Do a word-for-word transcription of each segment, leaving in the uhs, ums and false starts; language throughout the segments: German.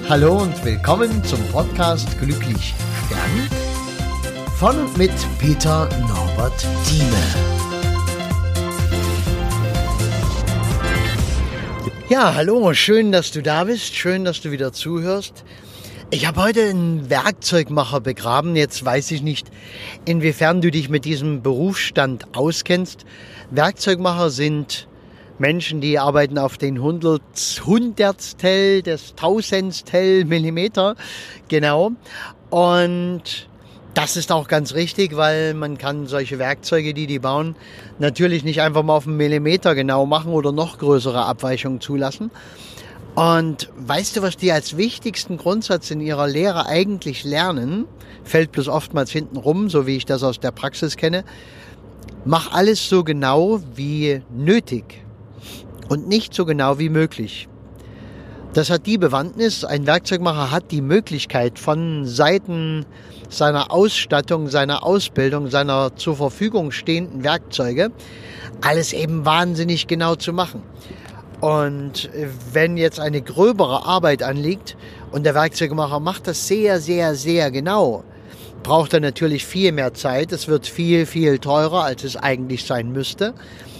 Hallo und willkommen zum Podcast Glücklich Sterben von und mit Peter Norbert Thieme. Ja, hallo, schön, dass du da bist, schön, dass du wieder zuhörst. Ich habe heute einen Werkzeugmacher begraben. Jetzt weiß ich nicht, inwiefern du dich mit diesem Berufsstand auskennst. Werkzeugmacher sind Menschen, die arbeiten auf den Hundertstel des Tausendstel Millimeter, genau. Und das ist auch ganz richtig, weil man kann solche Werkzeuge, die die bauen, natürlich nicht einfach mal auf einen Millimeter genau machen oder noch größere Abweichungen zulassen. Und weißt du, was die als wichtigsten Grundsatz in ihrer Lehre eigentlich lernen? Fällt bloß oftmals hinten rum, so wie ich das aus der Praxis kenne. Mach alles so genau wie nötig und nicht so genau wie möglich. Das hat die Bewandtnis, ein Werkzeugmacher hat die Möglichkeit, von Seiten seiner Ausstattung, seiner Ausbildung, seiner zur Verfügung stehenden Werkzeuge alles eben wahnsinnig genau zu machen. Und wenn jetzt eine gröbere Arbeit anliegt und der Werkzeugmacher macht das sehr, sehr, sehr genau, braucht er natürlich viel mehr Zeit. Es wird viel, viel teurer, als es eigentlich sein müsste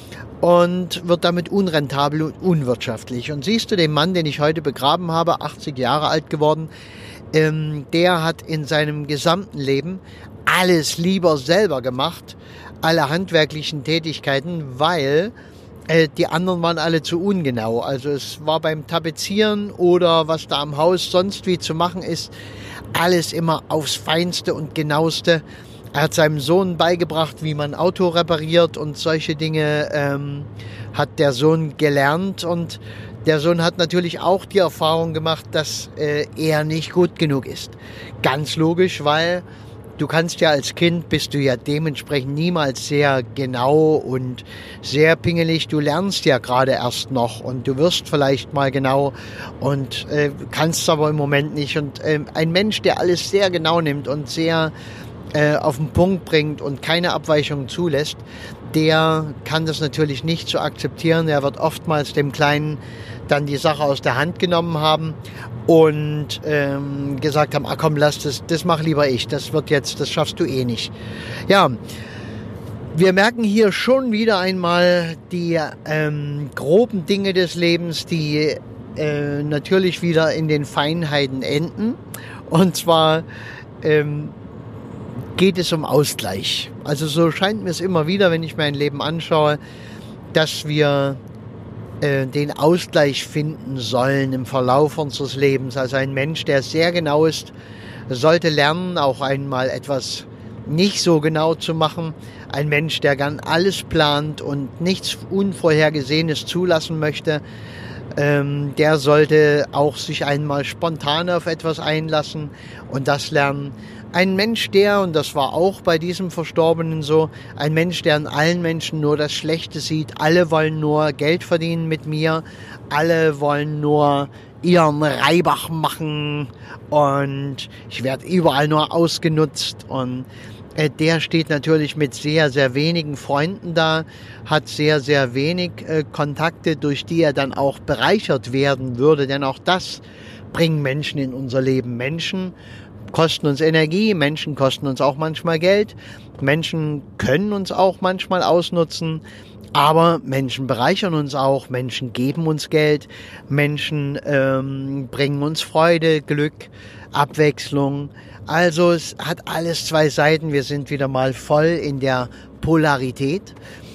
und wird damit unrentabel und unwirtschaftlich. Und siehst du den Mann, den ich heute begraben habe, achtzig Jahre alt geworden, ähm, der hat in seinem gesamten Leben alles lieber selber gemacht, alle handwerklichen Tätigkeiten, weil die anderen waren alle zu ungenau. Also es war beim Tapezieren oder was da am Haus sonst wie zu machen ist, alles immer aufs Feinste und Genaueste. Er hat seinem Sohn beigebracht, wie man Auto repariert und solche Dinge ähm, hat der Sohn gelernt. Und der Sohn hat natürlich auch die Erfahrung gemacht, dass äh, er nicht gut genug ist. Ganz logisch, weil du kannst ja als Kind, bist du ja dementsprechend niemals sehr genau und sehr pingelig. Du lernst ja gerade erst noch und du wirst vielleicht mal genau und äh, kannst aber im Moment nicht. Und äh, ein Mensch, der alles sehr genau nimmt und sehr äh, auf den Punkt bringt und keine Abweichungen zulässt, der kann das natürlich nicht so akzeptieren. Er wird oftmals dem Kleinen dann die Sache aus der Hand genommen haben und ähm, gesagt haben, ah komm, lass das, das mach lieber ich, das wird jetzt, das schaffst du eh nicht. Ja, wir merken hier schon wieder einmal die ähm, groben Dinge des Lebens, die äh, natürlich wieder in den Feinheiten enden. Und zwar ähm, geht es um Ausgleich. Also so scheint mir es immer wieder, wenn ich mein Leben anschaue, dass wir den Ausgleich finden sollen im Verlauf unseres Lebens. Also ein Mensch, der sehr genau ist, sollte lernen, auch einmal etwas nicht so genau zu machen. Ein Mensch, der gern alles plant und nichts Unvorhergesehenes zulassen möchte, ähm, der sollte auch sich einmal spontan auf etwas einlassen und das lernen. Ein Mensch, der, und das war auch bei diesem Verstorbenen so, ein Mensch, der in allen Menschen nur das Schlechte sieht. Alle wollen nur Geld verdienen mit mir. Alle wollen nur ihren Reibach machen und ich werde überall nur ausgenutzt. Und äh, der steht natürlich mit sehr, sehr wenigen Freunden da, hat sehr, sehr wenig äh, Kontakte, durch die er dann auch bereichert werden würde. Denn auch das bringen Menschen in unser Leben. Menschen kosten uns Energie, Menschen kosten uns auch manchmal Geld, Menschen können uns auch manchmal ausnutzen, aber Menschen bereichern uns auch, Menschen geben uns Geld, Menschen ähm, bringen uns Freude, Glück, Abwechslung. Also es hat alles zwei Seiten, wir sind wieder mal voll in der Polarität.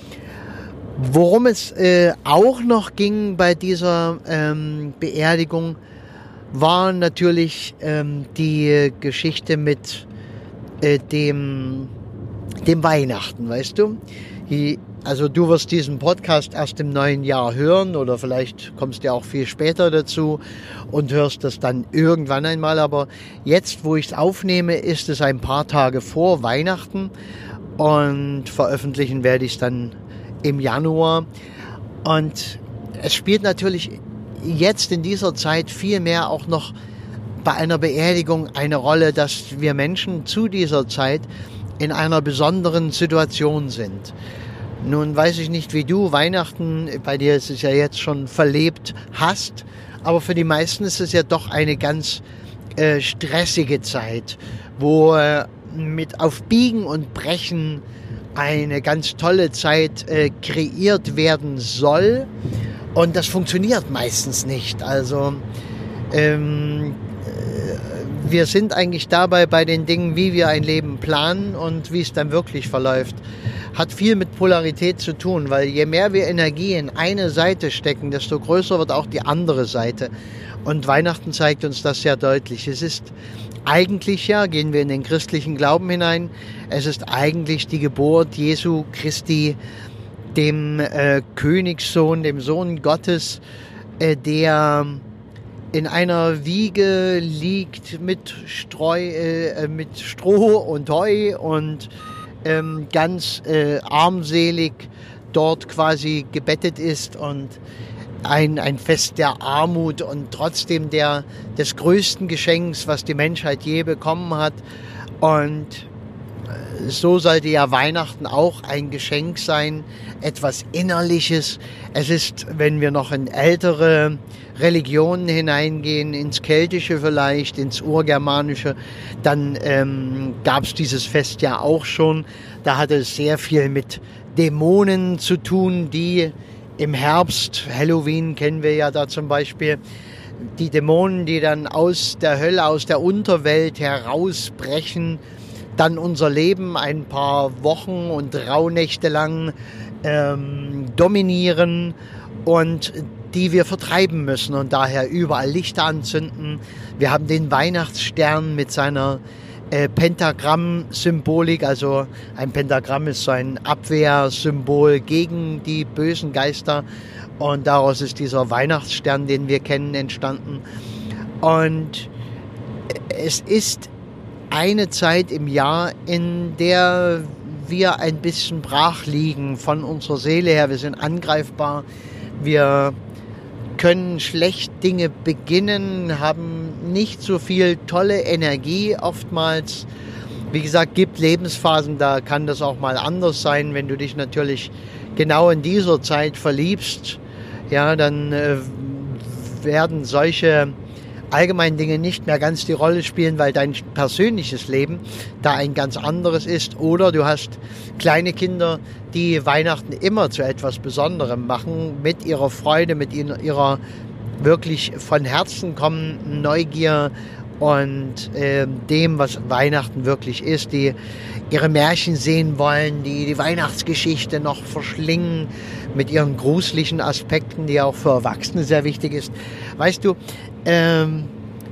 Worum es äh, auch noch ging bei dieser ähm, Beerdigung, war natürlich ähm, die Geschichte mit äh, dem, dem Weihnachten, weißt du? Die, also du wirst diesen Podcast erst im neuen Jahr hören oder vielleicht kommst du ja auch viel später dazu und hörst das dann irgendwann einmal. Aber jetzt, wo ich es aufnehme, ist es ein paar Tage vor Weihnachten und veröffentlichen werde ich es dann im Januar. Und es spielt natürlich jetzt in dieser Zeit viel mehr auch noch bei einer Beerdigung eine Rolle, dass wir Menschen zu dieser Zeit in einer besonderen Situation sind. Nun weiß ich nicht, wie du Weihnachten, bei dir ist es ja jetzt schon verlebt, hast, aber für die meisten ist es ja doch eine ganz äh, stressige Zeit, wo äh, mit auf Biegen und Brechen eine ganz tolle Zeit äh, kreiert werden soll. Und das funktioniert meistens nicht. Also ähm, äh, wir sind eigentlich dabei bei den Dingen, wie wir ein Leben planen und wie es dann wirklich verläuft. Hat viel mit Polarität zu tun, weil je mehr wir Energie in eine Seite stecken, desto größer wird auch die andere Seite. Und Weihnachten zeigt uns das sehr deutlich. Es ist eigentlich, ja, gehen wir in den christlichen Glauben hinein, es ist eigentlich die Geburt Jesu Christi, dem äh, Königssohn, dem Sohn Gottes, äh, der in einer Wiege liegt mit, Streu, äh, mit Stroh und Heu und ähm, ganz äh, armselig dort quasi gebettet ist und ein, ein Fest der Armut und trotzdem der, des größten Geschenks, was die Menschheit je bekommen hat. Und so sollte ja Weihnachten auch ein Geschenk sein, etwas Innerliches. Es ist, wenn wir noch in ältere Religionen hineingehen, ins Keltische vielleicht, ins Urgermanische, dann ähm, gab es dieses Fest ja auch schon. Da hatte es sehr viel mit Dämonen zu tun, die im Herbst, Halloween kennen wir ja da zum Beispiel, die Dämonen, die dann aus der Hölle, aus der Unterwelt herausbrechen, dann unser Leben ein paar Wochen und Rauhnächte lang ähm, dominieren und die wir vertreiben müssen und daher überall Lichter anzünden. Wir haben den Weihnachtsstern mit seiner äh, Pentagramm-Symbolik, also ein Pentagramm ist so ein Abwehrsymbol gegen die bösen Geister und daraus ist dieser Weihnachtsstern, den wir kennen, entstanden. Und es ist eine Zeit im Jahr, in der wir ein bisschen brach liegen von unserer Seele her. Wir sind angreifbar, wir können schlecht Dinge beginnen, haben nicht so viel tolle Energie oftmals. Wie gesagt, gibt Lebensphasen, da kann das auch mal anders sein. Wenn du dich natürlich genau in dieser Zeit verliebst, ja, dann äh, werden solche allgemeinen Dinge nicht mehr ganz die Rolle spielen, weil dein persönliches Leben da ein ganz anderes ist. Oder du hast kleine Kinder, die Weihnachten immer zu etwas Besonderem machen, mit ihrer Freude, mit ihrer wirklich von Herzen kommenden Neugier und äh, dem, was Weihnachten wirklich ist, die ihre Märchen sehen wollen, die die Weihnachtsgeschichte noch verschlingen mit ihren gruseligen Aspekten, die auch für Erwachsene sehr wichtig ist. Weißt du, ähm,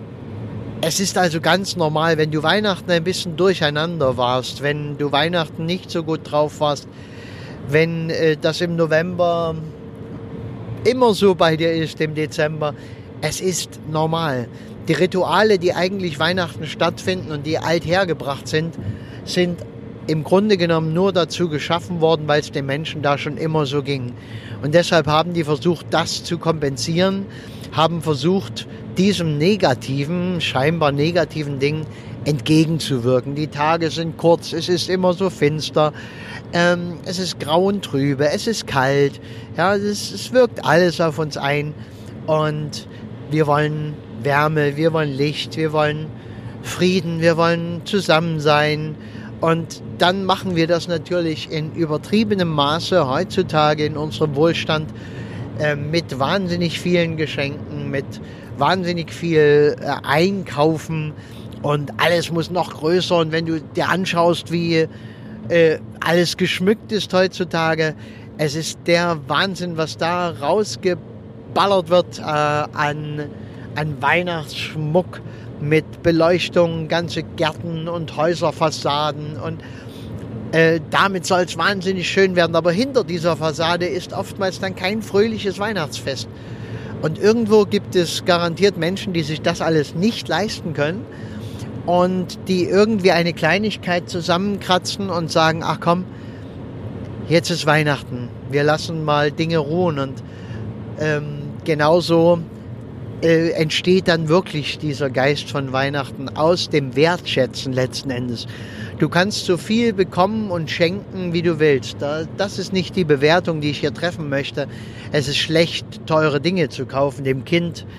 es ist also ganz normal, wenn du Weihnachten ein bisschen durcheinander warst, wenn du Weihnachten nicht so gut drauf warst, wenn äh, das im November immer so bei dir ist, im Dezember, es ist normal. Die Rituale, die eigentlich Weihnachten stattfinden und die althergebracht sind, sind im Grunde genommen nur dazu geschaffen worden, weil es den Menschen da schon immer so ging. Und deshalb haben die versucht, das zu kompensieren, haben versucht, diesem negativen, scheinbar negativen Ding entgegenzuwirken. Die Tage sind kurz, es ist immer so finster, ähm, es ist grau und trübe, es ist kalt, ja, es, es wirkt alles auf uns ein und wir wollen Wärme, wir wollen Licht, wir wollen Frieden, wir wollen zusammen sein. Und dann machen wir das natürlich in übertriebenem Maße heutzutage in unserem Wohlstand äh, mit wahnsinnig vielen Geschenken, mit wahnsinnig viel äh, Einkaufen und alles muss noch größer. Und wenn du dir anschaust, wie äh, alles geschmückt ist heutzutage, es ist der Wahnsinn, was da rausgeballert wird äh, an, an Weihnachtsschmuck, mit Beleuchtung, ganze Gärten und Häuserfassaden und äh, damit soll es wahnsinnig schön werden. Aber hinter dieser Fassade ist oftmals dann kein fröhliches Weihnachtsfest. Und irgendwo gibt es garantiert Menschen, die sich das alles nicht leisten können und die irgendwie eine Kleinigkeit zusammenkratzen und sagen, ach komm, jetzt ist Weihnachten, wir lassen mal Dinge ruhen. Und ähm, genauso Äh, entsteht dann wirklich dieser Geist von Weihnachten aus dem Wertschätzen letzten Endes. Du kannst so viel bekommen und schenken, wie du willst. Das ist nicht die Bewertung, die ich hier treffen möchte. Es ist schlecht, teure Dinge zu kaufen, dem Kind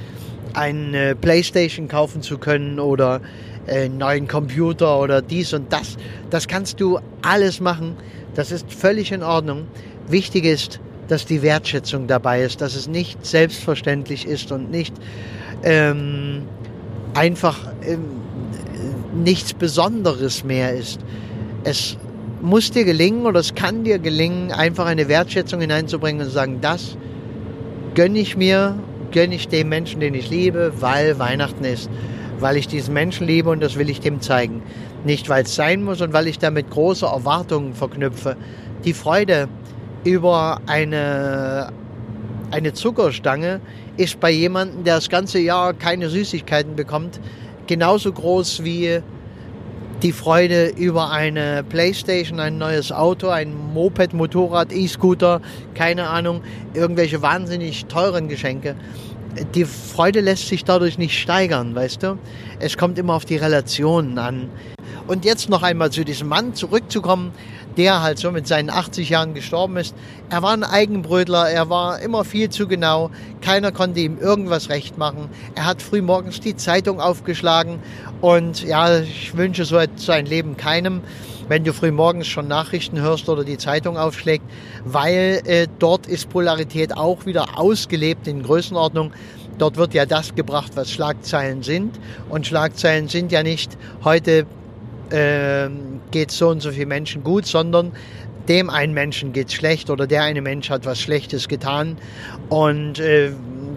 eine Playstation kaufen zu können oder einen neuen Computer oder dies und das. Das kannst du alles machen. Das ist völlig in Ordnung. Wichtig ist, dass die Wertschätzung dabei ist, dass es nicht selbstverständlich ist und nicht ähm, einfach ähm, nichts Besonderes mehr ist. Es muss dir gelingen oder es kann dir gelingen, einfach eine Wertschätzung hineinzubringen und zu sagen, das gönne ich mir, gönne ich dem Menschen, den ich liebe, weil Weihnachten ist, weil ich diesen Menschen liebe und das will ich dem zeigen. Nicht, weil es sein muss und weil ich damit große Erwartungen verknüpfe. Die Freude über eine, eine Zuckerstange ist bei jemandem, der das ganze Jahr keine Süßigkeiten bekommt, genauso groß wie die Freude über eine Playstation, ein neues Auto, ein Moped, Motorrad, E-Scooter, keine Ahnung, irgendwelche wahnsinnig teuren Geschenke. Die Freude lässt sich dadurch nicht steigern, weißt du? Es kommt immer auf die Relationen an. Und jetzt noch einmal zu diesem Mann zurückzukommen, der halt so mit seinen achtzig Jahren gestorben ist. Er war ein Eigenbrötler, er war immer viel zu genau, keiner konnte ihm irgendwas recht machen. Er hat früh morgens die Zeitung aufgeschlagen und ja, ich wünsche so ein Leben keinem, wenn du früh morgens schon Nachrichten hörst oder die Zeitung aufschlägt, weil äh, dort ist Polarität auch wieder ausgelebt in Größenordnung. Dort wird ja das gebracht, was Schlagzeilen sind, und Schlagzeilen sind ja nicht heute äh, geht so und so viel Menschen gut, sondern dem einen Menschen geht's schlecht oder der eine Mensch hat was Schlechtes getan. Und äh,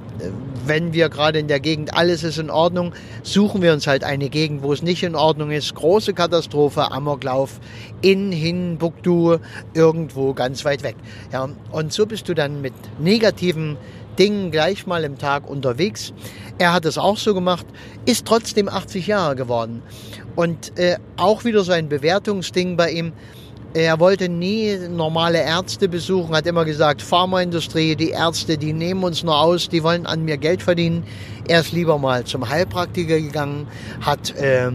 wenn wir gerade in der Gegend, alles ist in Ordnung, suchen wir uns halt eine Gegend, wo es nicht in Ordnung ist. Große Katastrophe, Amoklauf, in Hinbuktu, irgendwo ganz weit weg. Ja, und so bist du dann mit negativen Dingen gleich mal im Tag unterwegs. Er hat es auch so gemacht, ist trotzdem achtzig Jahre geworden. Und äh, auch wieder so ein Bewertungsding bei ihm. Er wollte nie normale Ärzte besuchen, hat immer gesagt, Pharmaindustrie, die Ärzte, die nehmen uns nur aus, die wollen an mir Geld verdienen. Er ist lieber mal zum Heilpraktiker gegangen, hat äh,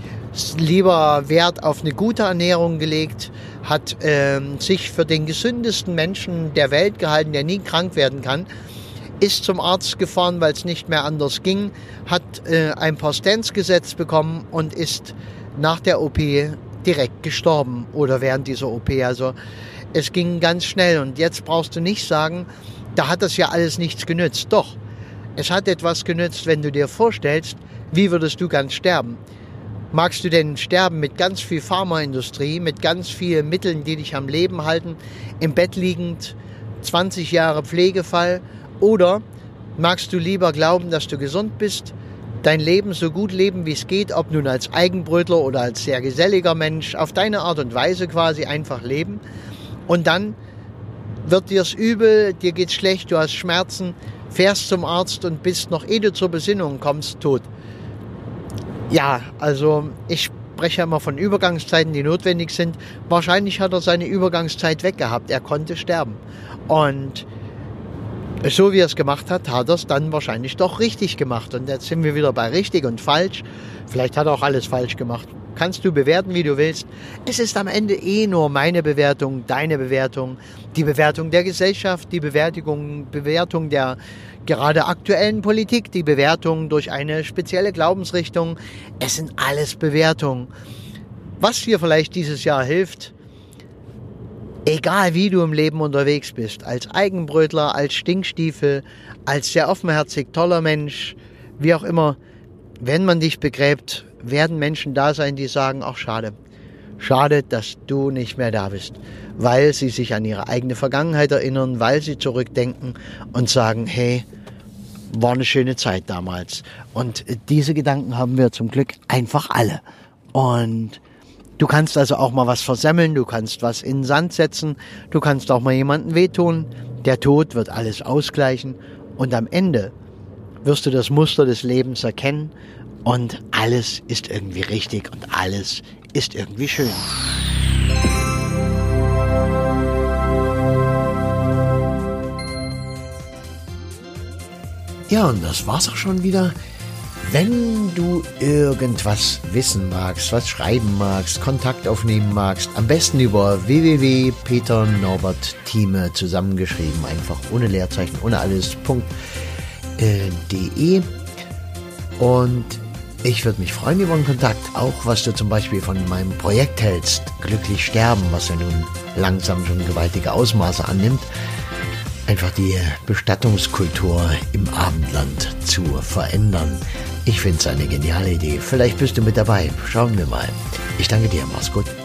lieber Wert auf eine gute Ernährung gelegt, hat äh, sich für den gesündesten Menschen der Welt gehalten, der nie krank werden kann. Ist zum Arzt gefahren, weil es nicht mehr anders ging, hat äh, ein paar Stents gesetzt bekommen und ist nach der O P direkt gestorben oder während dieser O P. Also es ging ganz schnell und jetzt brauchst du nicht sagen, da hat das ja alles nichts genützt. Doch, es hat etwas genützt, wenn du dir vorstellst, wie würdest du ganz sterben. Magst du denn sterben mit ganz viel Pharmaindustrie, mit ganz vielen Mitteln, die dich am Leben halten, im Bett liegend, zwanzig Jahre Pflegefall? Oder magst du lieber glauben, dass du gesund bist, dein Leben so gut leben, wie es geht, ob nun als Eigenbrötler oder als sehr geselliger Mensch, auf deine Art und Weise quasi einfach leben, und dann wird dir's übel, dir geht's schlecht, du hast Schmerzen, fährst zum Arzt und bist noch, ehe du zur Besinnung kommst, tot. Ja, also ich spreche ja immer von Übergangszeiten, die notwendig sind. Wahrscheinlich hat er seine Übergangszeit weggehabt, er konnte sterben. Und so wie er es gemacht hat, hat er es dann wahrscheinlich doch richtig gemacht. Und jetzt sind wir wieder bei richtig und falsch. Vielleicht hat er auch alles falsch gemacht. Kannst du bewerten, wie du willst. Es ist am Ende eh nur meine Bewertung, deine Bewertung, die Bewertung der Gesellschaft, die Bewertung, Bewertung der gerade aktuellen Politik, die Bewertung durch eine spezielle Glaubensrichtung. Es sind alles Bewertungen. Was dir vielleicht dieses Jahr hilft, egal wie du im Leben unterwegs bist, als Eigenbrötler, als Stinkstiefel, als sehr offenherzig, toller Mensch, wie auch immer, wenn man dich begräbt, werden Menschen da sein, die sagen, ach schade, schade, dass du nicht mehr da bist, weil sie sich an ihre eigene Vergangenheit erinnern, weil sie zurückdenken und sagen, hey, war eine schöne Zeit damals. Und diese Gedanken haben wir zum Glück einfach alle. Und du kannst also auch mal was versemmeln, du kannst was in den Sand setzen, du kannst auch mal jemandem wehtun. Der Tod wird alles ausgleichen und am Ende wirst du das Muster des Lebens erkennen und alles ist irgendwie richtig und alles ist irgendwie schön. Ja, und das war's auch schon wieder. Wenn du irgendwas wissen magst, was schreiben magst, Kontakt aufnehmen magst, am besten über w w w punkt peter norbert thieme zusammengeschrieben, einfach ohne Leerzeichen, ohne alles, Punkt, äh, de. Und ich würde mich freuen über einen Kontakt, auch was du zum Beispiel von meinem Projekt hältst, Glücklich sterben, was ja nun langsam schon gewaltige Ausmaße annimmt, einfach die Bestattungskultur im Abendland zu verändern. Ich finde es eine geniale Idee. Vielleicht bist du mit dabei. Schauen wir mal. Ich danke dir. Mach's gut.